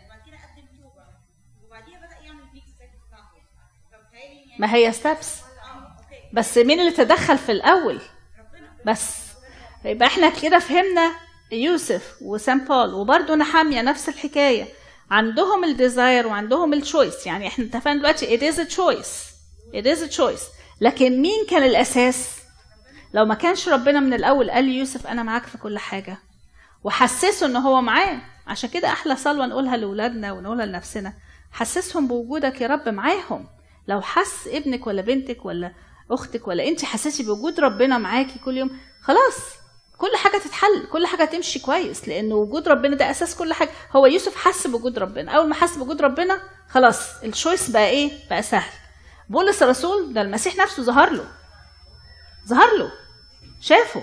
ما هي ستابس، بس مين اللي تدخل في الأول؟ بس يبقى احنا كده فهمنا يوسف وسان بول، وبرضه نحامية نفس الحكاية، عندهم الديزاير وعندهم التشويس. يعني احنا اتفقنا دلوقتي it is a choice it is a choice لكن مين كان الأساس؟ لو ما كانش ربنا من الأول قال لي يوسف أنا معاك في كل حاجة وحسسه إن هو معاه. عشان كده أحلى صلوة نقولها لأولادنا ونقولها لنفسنا، حسسهم بوجودك يا رب معاهم. لو حس ابنك ولا بنتك ولا أختك ولا أنت حسسي بوجود ربنا معاكي كل يوم، خلاص كل حاجة تتحل، كل حاجة تمشي كويس، لأن وجود ربنا ده أساس كل حاجة. هو يوسف حس بوجود ربنا، أول ما حس بوجود ربنا خلاص الشويس بقى إيه؟ بقى سهل. بولس الرسول ده المسيح نفسه ظهر له ظهر له شافه.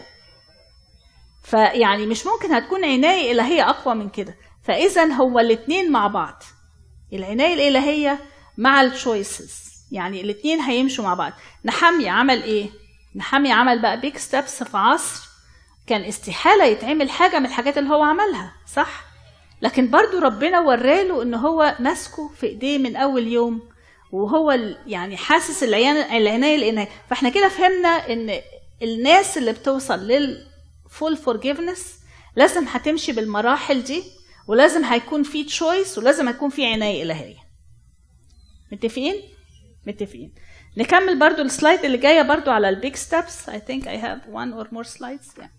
فيعني مش ممكن هتكون عناية إلهية أقوى من كده. فإذا هو الاثنين مع بعض، العناية الإلهية مع الشويسز، يعني الاثنين هيمشوا مع بعض. نحمية عمل إيه؟ نحمية عمل بقى بيك ستابس في عصر كان استحالة يتعمل حاجة من الحاجات اللي هو عملها، صح؟ لكن برضو ربنا وراله إن هو ماسكه في إيديه من أول يوم، وهو يعني حاسس العناية الإناية. فإحنا كده فهمنا إن الناس اللي بتوصل للفول فورجيفنس لازم هتمشي بالمراحل دي، ولازم هيكون في تشويس، ولازم هيكون في عناية إلهية. متفقين؟ متفقين. نكمل برضو السلايد اللي جاية برضو على البيك ستابس. I think I have one or more slides. Yeah.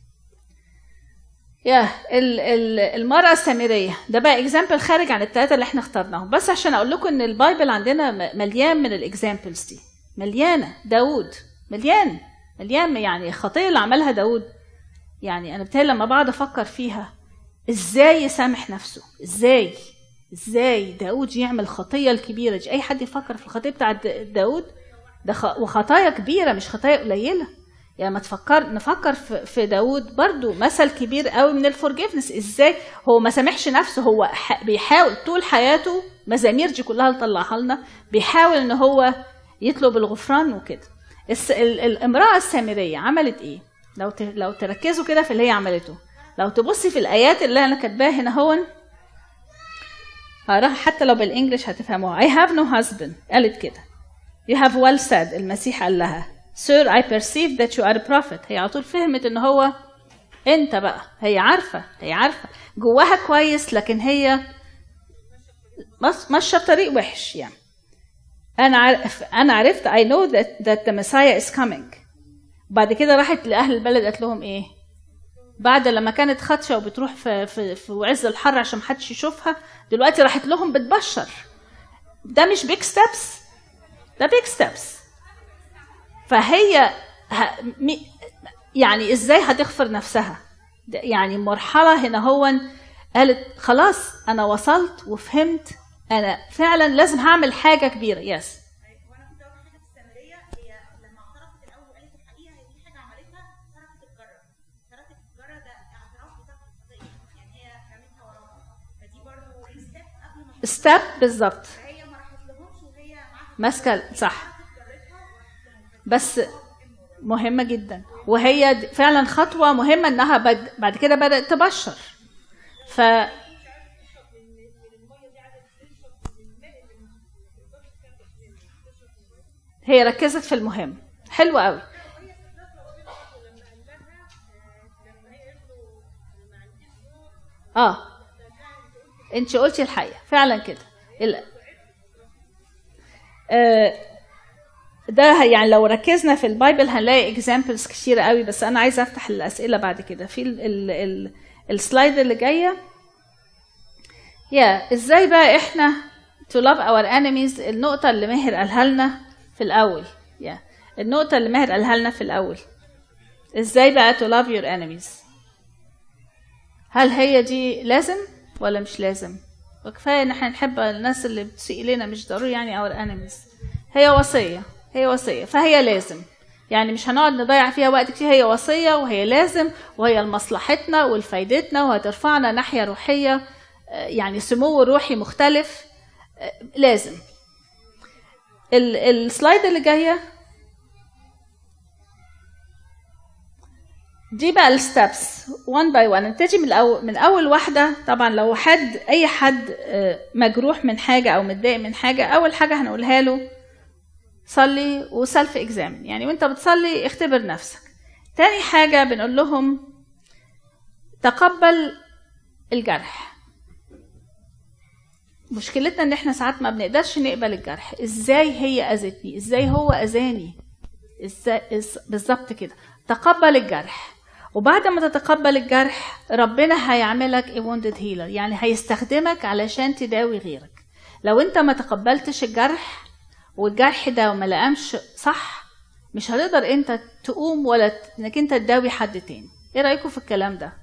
يا المرأة السامرية ده بقى اكزامبل خارج عن الثلاثة اللي احنا اخترناهم، بس عشان اقول لكم ان البايبل عندنا مليان من الاكزامبلز دي، مليانة. داود مليان مليان يعني الخطية اللي عملها داود. يعني انا بتهيألي لما بقعد افكر فيها ازاي يسامح نفسه، ازاي ازاي داود يعمل الخطية الكبيرة دي. اي حد يفكر في الخطية بتاعت داود ده خ... وخطايا كبيرة مش خطايا قليلة. يعني ما تفكر نفكر في داود برضو مثل كبير قوي من الفورجيفنس. ازاي هو ما سامحش نفسه، هو ح... بيحاول طول حياته، مزامير دي كلها اللي طلعها لنا، بيحاول ان هو يطلب الغفران وكده. الس... ال... الامرأة السامرية عملت ايه؟ لو ت... لو تركزوا كده في اللي هي عملته، لو تبصي في الايات اللي انا كاتباها هنا هون، هقراها حتى لو بالانجلش هتفهموها. I have no husband قالت كده. You have well said. المسيح قال لها Sir, I perceive that you are a prophet. هي على طول فهمت ان هو انت بقى. هي عارفة هي عارفة جواها كويس، لكن هي ماشية بطريق وحش. يعني انا عارف انا عرفت I know that that the Messiah is coming. بعد كده راحت لاهل البلد قالت لهم ايه؟ بعد لما كانت خدشه وبتروح في في في عز الحر عشان محدش يشوفها، دلوقتي راحت لهم بتبشر. ده مش بيك ستابس، ده بيك ستابس. فهي يعني ازاي هتغفر نفسها؟ يعني مرحله هنا هو قالت خلاص انا وصلت وفهمت انا فعلا لازم هعمل حاجه كبيره. يس وانا كنت اول حاجه في السامريه هي لما اعترفت الاول وقالت الحقيقه هي دي حاجه عملتها، تركت الجره. تركت الجره ده اعتراف بتاعها الخطيه، يعني هي رمتها وراها. فدي برضه ستيب قبل ما ستيب بالظبط. فهي ما راحت لهمش وهي معاها ماسكه صح، بس مهمه جدا، وهي فعلا خطوه مهمه انها بد... بعد كده بدات تبشر. ف هي ركزت في المهم. حلو قوي. اه انت قلتي الحقيقه فعلا كده. ال... آه ده يعني لو ركزنا في البايبل هنلاقي اكزامبلز كتيره قوي، بس انا عايزه افتح الاسئله بعد كده في ال ال ال السلايد اللي جايه. يا ازاي بقى احنا to love our enemies؟ النقطه اللي ماهر قالها لنا في الاول. يا النقطه اللي ماهر قالها لنا في الاول، ازاي بقى to love your enemies؟ هل هي دي لازم ولا مش لازم؟ وكفايه ان احنا نحب الناس اللي بتسيء لنا، مش ضروري يعني our enemies. هي وصيه، هي وصيه، فهي لازم، يعني مش هنقعد نضيع فيها وقت كتير. هي وصيه وهي لازم، وهي لمصلحتنا ولفايدتنا، وهترفعنا ناحيه روحيه، يعني سمو روحي مختلف. لازم. السلايد اللي جايه دي بقى الستبس one by one. نبتدي من اول من اول واحده. طبعا لو حد اي حد مجروح من حاجه او متضايق من حاجه، اول حاجه هنقولها له صلي وسلف اكزامن، يعني وانت بتصلي اختبر نفسك. تاني حاجه بنقول لهم تقبل الجرح. مشكلتنا ان احنا ساعات ما بنقدرش نقبل الجرح. ازاي هي اذتني؟ ازاي هو اذاني؟ ازاي بالظبط كده؟ تقبل الجرح، وبعد ما تتقبل الجرح ربنا هيعملك a wounded healer، يعني هيستخدمك علشان تداوي غيرك. لو انت ما تقبلتش الجرح والجرح ده وما لقامش صح، مش هتقدر انت تقوم ولا انك انت تداوي حد تاني. ايه رايكم في الكلام ده؟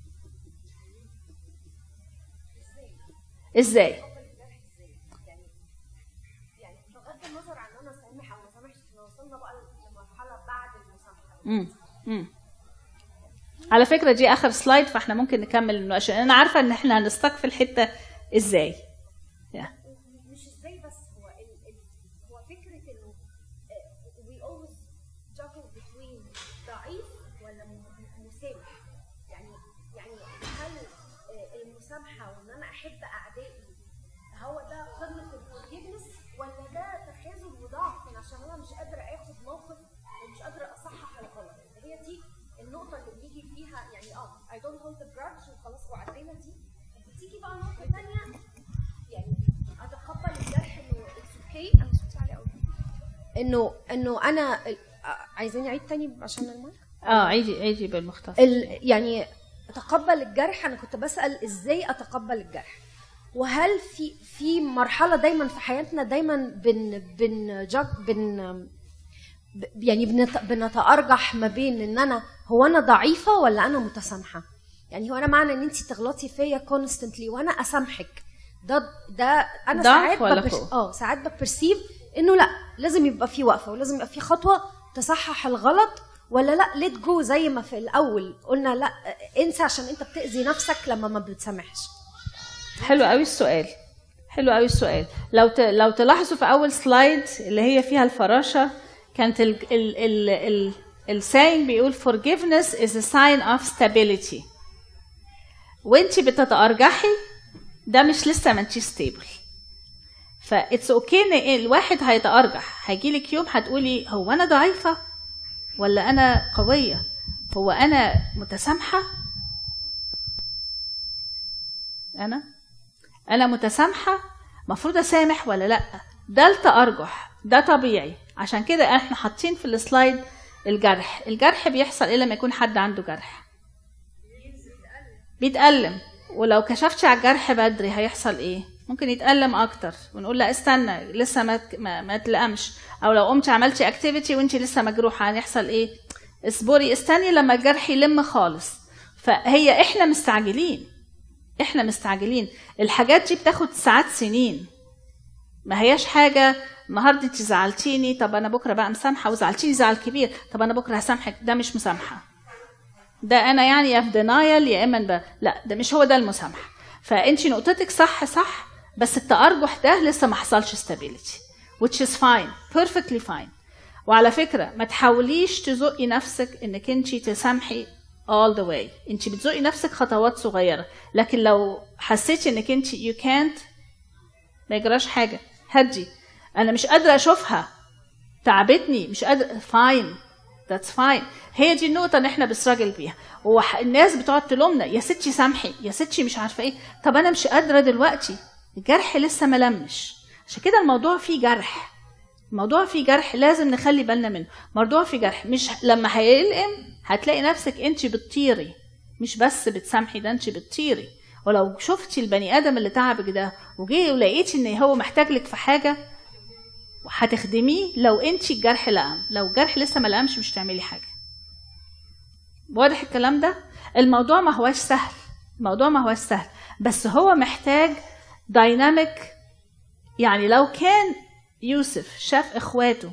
ازاي؟ امم امم على فكره دي اخر سلايد، فاحنا ممكن نكمل انه عشان انا عارفه ان احنا هنستك في الحته ازاي. yeah. مش ازاي بس، هو ال ال هو فكره انه we always juggle between ضعيف ولا مسامح. يعني يعني هل المسامحه وان انا احب اعدائي هو ده قمه الفورجيفنس، ولا ده تخاذل وضعف عشان انا مش قادره اخد موقف ومش قادره اصحح الغلط؟ هي دي النقطه اللي بنيجي فيها. يعني اه I don't hold the grudge وخلاص وعدينا دي. بتيجي بقى نقطه ثانيه، يعني اتقبل الجرح انه اتس اوكي. انا صوتي عالي قوي. انه انه انا عايزاني اعيد تاني عشان المايك. اه عيدي عيدي بالمختصر. يعني اتقبل الجرح، انا كنت بسال ازاي اتقبل الجرح، وهل في في مرحله دايما في حياتنا دايما بن بن جاك بن يعني بنتأرجح ما بين ان انا هو انا ضعيفه ولا انا متسامحه. يعني هو انا معنى ان انت تغلطي فيا كونستنتلي وانا اسامحك، ده ده انا ساعات ببرس... اه ساعات ببرسيف انه لا، لازم يبقى في وقفه ولازم يبقى في خطوه تصحح الغلط، ولا لا ليت جو زي ما في الاول قلنا لا انسى عشان انت بتأذي نفسك لما ما بتسامحش. حلو قوي السؤال، حلو قوي السؤال. لو ت... لو تلاحظوا في اول سلايد اللي هي فيها الفراشه، كانت ال ال ال ال الساين بيقول forgiveness is a sign of stability. وانتي بتتأرجحي ده مش لسه ما انتي stable. فا it's okay ان الواحد هيتأرجح، هيجيلك يوم هتقولي هو انا ضعيفة ولا انا قوية؟ هو انا متسامحة؟ انا انا متسامحة؟ مفروض اسامح ولا لا؟ ده التأرجح، ده طبيعي. عشان كده احنا حاطين في السلايد الجرح. الجرح بيحصل ايه لما يكون حد عنده جرح؟ بيتألم. ولو كشفتش على الجرح بدري هيحصل ايه؟ ممكن يتألم اكتر ونقول لا استنى لسه ما ما, ما تلقمش. او لو قمتي عملتي اكتيفيتي وانتي لسه مجروحه هيحصل ايه؟ اصبري استني لما الجرح يلم خالص. فهي احنا مستعجلين، احنا مستعجلين. الحاجات دي بتاخد ساعات سنين ما هياش حاجه النهارده انت زعلتيني طب انا بكره بقى مسامحه، وزعلتيني زعل كبير طب انا بكره هسامحك، ده مش مسامحه. ده انا يعني يا في دينايل يا اما ب... لا ده مش هو ده المسامحه. فانت نقطتك صح صح، بس التأرجح ده لسه ما حصلش stability which is fine perfectly fine. وعلى فكره ما تحاوليش تزقي نفسك انك انت تسامحي all the way، انت بتزقي نفسك خطوات صغيره، لكن لو حسيتي انك انت you can't ما يجراش حاجه، هدي. انا مش قادره اشوفها تعبتني مش قادره فاين that's fine. هي دي النقطه اللي احنا بنستراجل بيها. والناس بتقعد تلومنا يا ستي سامحي يا ستي مش عارفه ايه، طب انا مش قادره دلوقتي، الجرح لسه ما لمش. عشان كده الموضوع فيه جرح، الموضوع فيه جرح لازم نخلي بالنا منه. موضوع فيه جرح، مش لما هيلقم هتلاقي نفسك انت بتطيري، مش بس بتسامحي، ده انت بتطيري. ولو شفتي البني ادم اللي تعبك ده وجي ولقيتي ان هو محتاج لك في حاجه هتخدميه، لو انت الجرح لقم، لو الجرح لسه ما لقمش مش تعملي حاجه. واضح الكلام ده؟ الموضوع ما هواش سهل، الموضوع ما هواش سهل، بس هو محتاج دايناميك. يعني لو كان يوسف شاف اخواته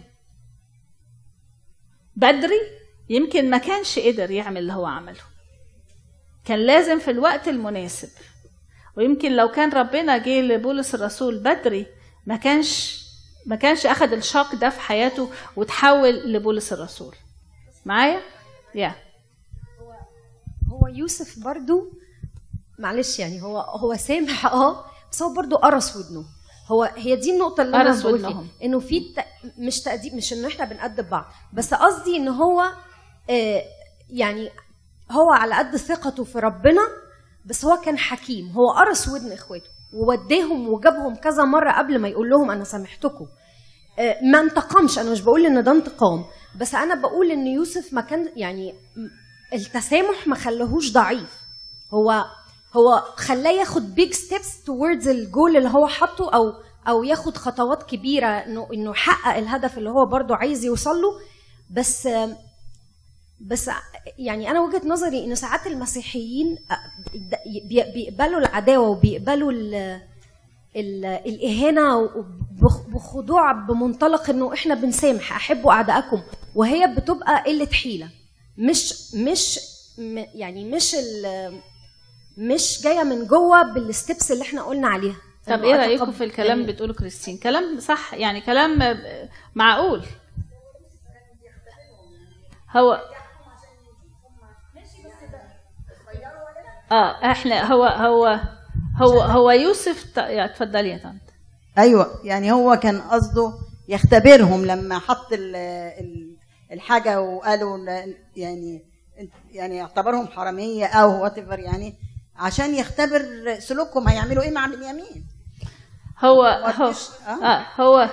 بدري يمكن ما كانش قدر يعمل اللي هو عمله، كان لازم في الوقت المناسب. ويمكن لو كان ربنا جه لبولس الرسول بدري ما كانش ما كانش اخذ الشوك ده في حياته وتحول لبولس الرسول. معايا؟ يا yeah. هو هو يوسف برضو معلش يعني هو هو سامح اه بس هو برضو قرص ودنه. هو هي دي النقطه اللي انا بقول فيها، انه في ت... مش تأديب، مش انه احنا بنأدب بعض، بس قصدي ان هو آه يعني هو على قد ثقته في ربنا، بس هو كان حكيم. هو قرص ودن اخواته ووداهم وجابهم كذا مره قبل ما يقول لهم انا سامحتكم. آه ما انتقمش، انا مش بقول ان ده انتقام، بس انا بقول ان يوسف ما كان يعني التسامح ما خلاهوش ضعيف، هو هو خلاه ياخد بيج ستيبس towards الجول اللي هو حاطه، او او ياخد خطوات كبيره انه انه يحقق الهدف اللي هو برضو عايز يوصل له. بس بس يعني انا وجهه نظري ان ساعات المسيحيين بيقبلوا العداوه وبيقبلوا ال ال الاهانه بخضوع بمنطلق انه احنا بنسامح، احبوا اعدائكم، وهي بتبقى قله حيله، مش مش يعني مش مش جايه من جوه بالستبس اللي احنا قلنا عليها. طب ايه رايكم في الكلام اللي بتقوله كريستين؟ كلام صح يعني، كلام معقول. هو اه احنا هو هو هو هو يوسف. اتفضلي يا طنط. ايوه يعني هو كان قصده يختبرهم لما حط الحاجه وقالوا يعني يعني اعتبرهم حراميه او وات ايفر، يعني عشان يختبر سلوكهم هيعملوا ايه مع بنيامين. هو هو اه هو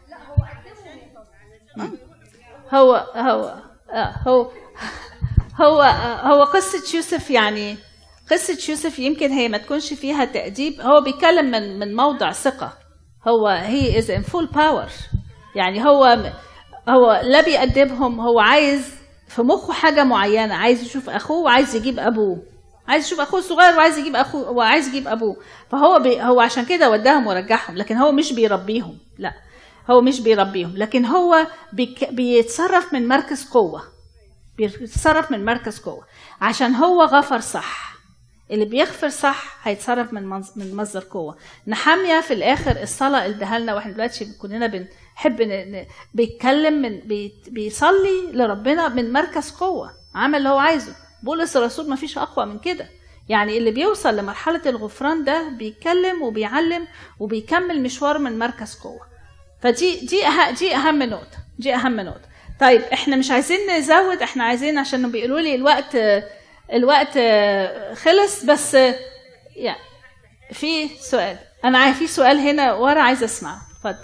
هو هو آه هو هو هو قصه يوسف. يعني قصه يوسف يمكن هي ما تكونش فيها تأديب، هو بيتكلم من من موضع ثقه. هو هي از ان فول باور، يعني هو هو لا بيأدبهم، هو عايز في مخه حاجه معينه، عايز يشوف اخوه وعايز يجيب ابوه، عايز يشوف اخوه الصغير وعايز يجيب اخوه وعايز يجيب ابوه. فهو بي هو عشان كده وداهم ورجعهم، لكن هو مش بيربيهم، لا هو مش بيربيهم، لكن هو بيك بيتصرف من مركز قوه، بيتصرف من مركز قوه عشان هو غفر صح. اللي بيغفر صح هيتصرف من من مصدر قوه. نحمية في الاخر الصلاه اللي اداها لنا، واحنا دلوقتي كلنا بنحب بيتكلم من بيصلي لربنا من مركز قوه، عمل اللي هو عايزه. بولس الرسول ما فيش اقوى من كده، يعني اللي بيوصل لمرحله الغفران ده بيتكلم وبيعلم وبيكمل مشوار من مركز قوه. فدي دي أه دي اهم نقطه، دي اهم نقطه. طيب احنا مش عايزين نزود، احنا عايزين عشان بيقولوا لي الوقت الوقت خلص، بس يعني في سؤال، انا عايز في سؤال هنا ورا عايز اسمعه. اتفضل.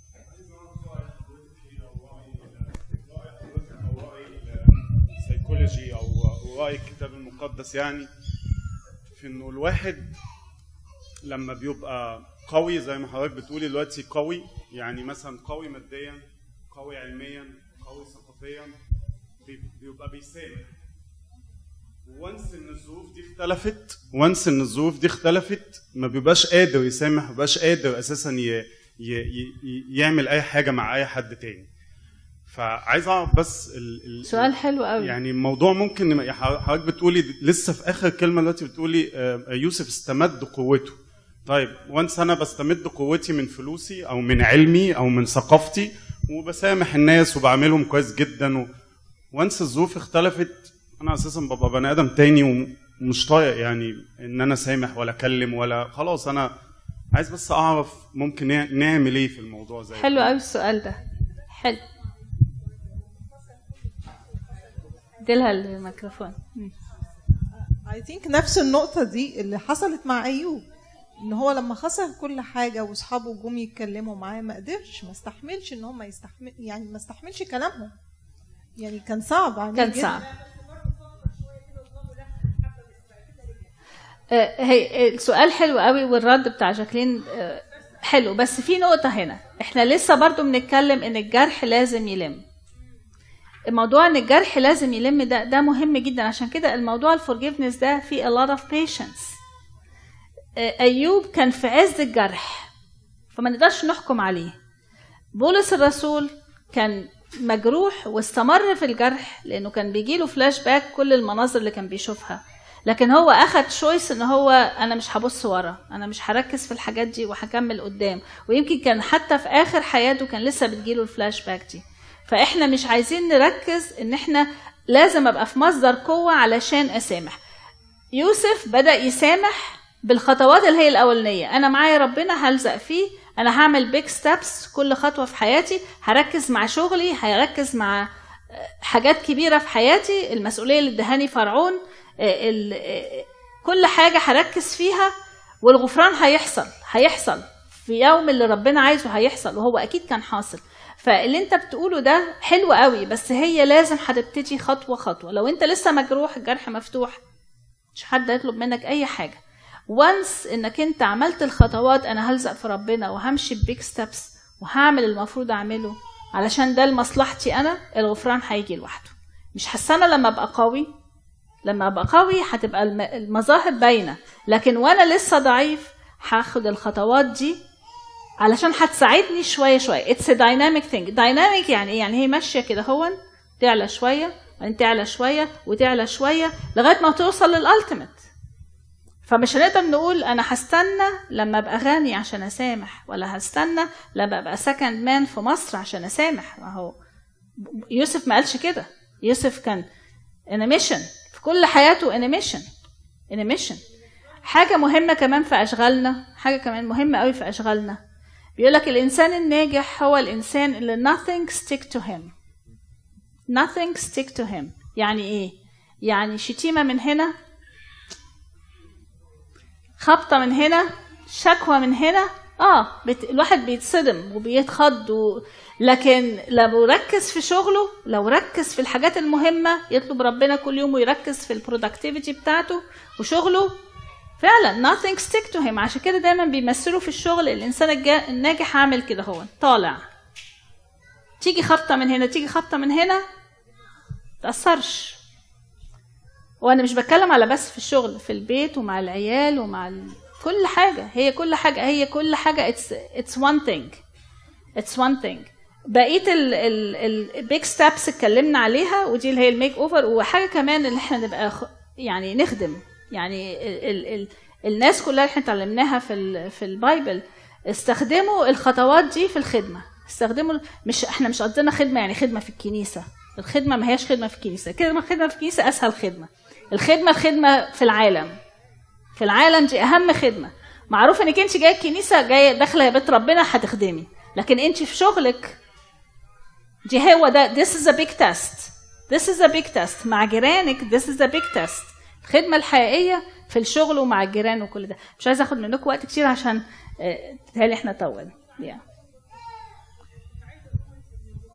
سيكولوجي او رأي الكتاب المقدس، يعني في انه الواحد لما بيبقى قوي زي ما حضرتك بتقولي دلوقتي، قوي يعني مثلا قوي ماديا، قوي علميا، قوي ثقافيا، بيبقى بيسامح. وانس ان الظروف دي اختلفت وانس ان الظروف دي اختلفت ما بيبقاش قادر يسامح، ما بيبقاش قادر اساسا يعمل اي حاجه مع اي حد تاني. فعايز اعرف بس ال سؤال حلو قوي. يعني الموضوع ممكن حضرتك بتقولي لسه في اخر كلمه دلوقتي بتقولي يوسف استمد قوته. طيب وانس انا بستمد قوتي من فلوسي او من علمي او من ثقافتي وبسامح الناس وبعملهم كويس جدا و... وانس الظروف اختلفت انا اساسا ببقى بني ادم تاني ومش طايق يعني ان انا سامح ولا اكلم ولا خلاص. انا عايز بس اعرف ممكن نعمل ايه في الموضوع زي حلو قوي السؤال ده. حلو اديلها الميكروفون. I think نفس النقطة دي اللي حصلت مع أيوب، إن هو لما خسر كل حاجة وأصحابه جم يتكلموا معاه ما قدرش، ما استحملش إن هم يستحمل يعني ما استحملش كلامهم، يعني كان صعب عليه كان جدا. صعب. هي السؤال حلو قوي والرد بتاع جاكلين حلو، بس في نقطة هنا احنا لسه برضو بنتكلم ان الجرح لازم يلم. الموضوع ان الجرح لازم يلم ده ده مهم جدا. عشان كده الموضوع الفورجيفنس ده فيه a lot of patience. ايوب كان في عز الجرح فما نقدرش نحكم عليه. بولس الرسول كان مجروح واستمر في الجرح لانه كان بيجيله فلاش باك كل المناظر اللي كان بيشوفها، لكن هو اخد شويس ان هو انا مش هبص ورا، انا مش هركز في الحاجات دي وهكمل قدام. ويمكن كان حتى في اخر حياته كان لسه بتجيله الفلاش باك دي. فاحنا مش عايزين نركز ان احنا لازم ابقى في مصدر قوة علشان اسامح. يوسف بدأ يسامح بالخطوات اللي هي الاولانية. انا معايا ربنا هلزق فيه، انا هعمل بيج ستابس كل خطوة في حياتي، هركز مع شغلي، هركز مع حاجات كبيرة في حياتي، المسؤولية اللي ادهاني فرعون، كل حاجة هركز فيها والغفران هيحصل هيحصل في يوم اللي ربنا عايزه هيحصل، وهو اكيد كان حاصل. فاللي انت بتقوله ده حلو قوي، بس هي لازم هتبتدي خطوة خطوة. لو انت لسه مجروح الجرح مفتوح مش حد يطلب منك اي حاجة. وانس انك انت عملت الخطوات، انا هلزق في ربنا وهمشي ببيك ستابس وهعمل المفروض اعمله علشان ده لمصلحتي انا، الغفران هيجي لوحده. مش حسنا لما ابقى قوي، لما ابقى قوي هتبقى المظاهر باينه، لكن وانا لسه ضعيف هاخد الخطوات دي علشان هتساعدني شويه شويه. It's a dynamic thing. dynamic يعني يعني هي ماشيه كده، هون تعلى شويه وبعدين تعلى شويه وتعلى شويه لغايه ما توصل للالتيميت. فمش هنقدر نقول انا هستنى لما ابقى غني عشان اسامح، ولا هستنى لما ابقى سكند مان في مصر عشان اسامح. ما هو يوسف ما قالش كده. يوسف كان in a mission في كل حياته، in a mission in a mission. حاجه مهمه كمان في اشغالنا، حاجه كمان مهمه قوي في اشغالنا، بيقولك الانسان الناجح هو الانسان اللي nothing stick to him. nothing stick to him يعني ايه؟ يعني شتيمه من هنا، خبطه من هنا، شكوى من هنا، اه بت... الواحد بيتصدم وبيتخض و... لكن لو ركز في شغله، لو ركز في الحاجات المهمه، يطلب ربنا كل يوم ويركز في البرودكتيفيتي بتاعته وشغله، فعلا nothing stick to him. عشان كده دايما بيمثلوا في الشغل الانسان الجا... الناجح عامل كده، هو طالع تيجي خبطه من هنا تيجي خبطه من هنا تأثرش. وانا مش بتكلم على بس في الشغل، في البيت ومع العيال ومع ال... كل حاجه، هي كل حاجه هي كل حاجه it's it's one thing it's one thing. بقيه ال ال البيج ستابس اتكلمنا عليها، ودي اللي هي الميك اوفر. وحاجه كمان اللي احنا نبقى يعني نخدم، يعني ال ال الناس كلها اللي احنا اتعلمناها في ال في البايبل، استخدموا الخطوات دي في الخدمه. استخدموا، مش احنا مش قصدنا خدمه يعني خدمه في الكنيسه، الخدمه ما هياش خدمه في الكنيسه، كلمه خدمه في الكنيسه اسهل خدمه. الخدمه الخدمه في العالم، في العالم دي اهم خدمه. معروف انك انت جايه الكنيسه، جايه داخله بيت ربنا هتخدمي، لكن انت في شغلك دي هو ده this is a big test this is a big test. مع جيرانك this is a big test. الخدمه الحقيقيه في الشغل ومع الجيران وكل ده. مش عايزه اخد منكم وقت كتير عشان تهالي احنا طول. yeah.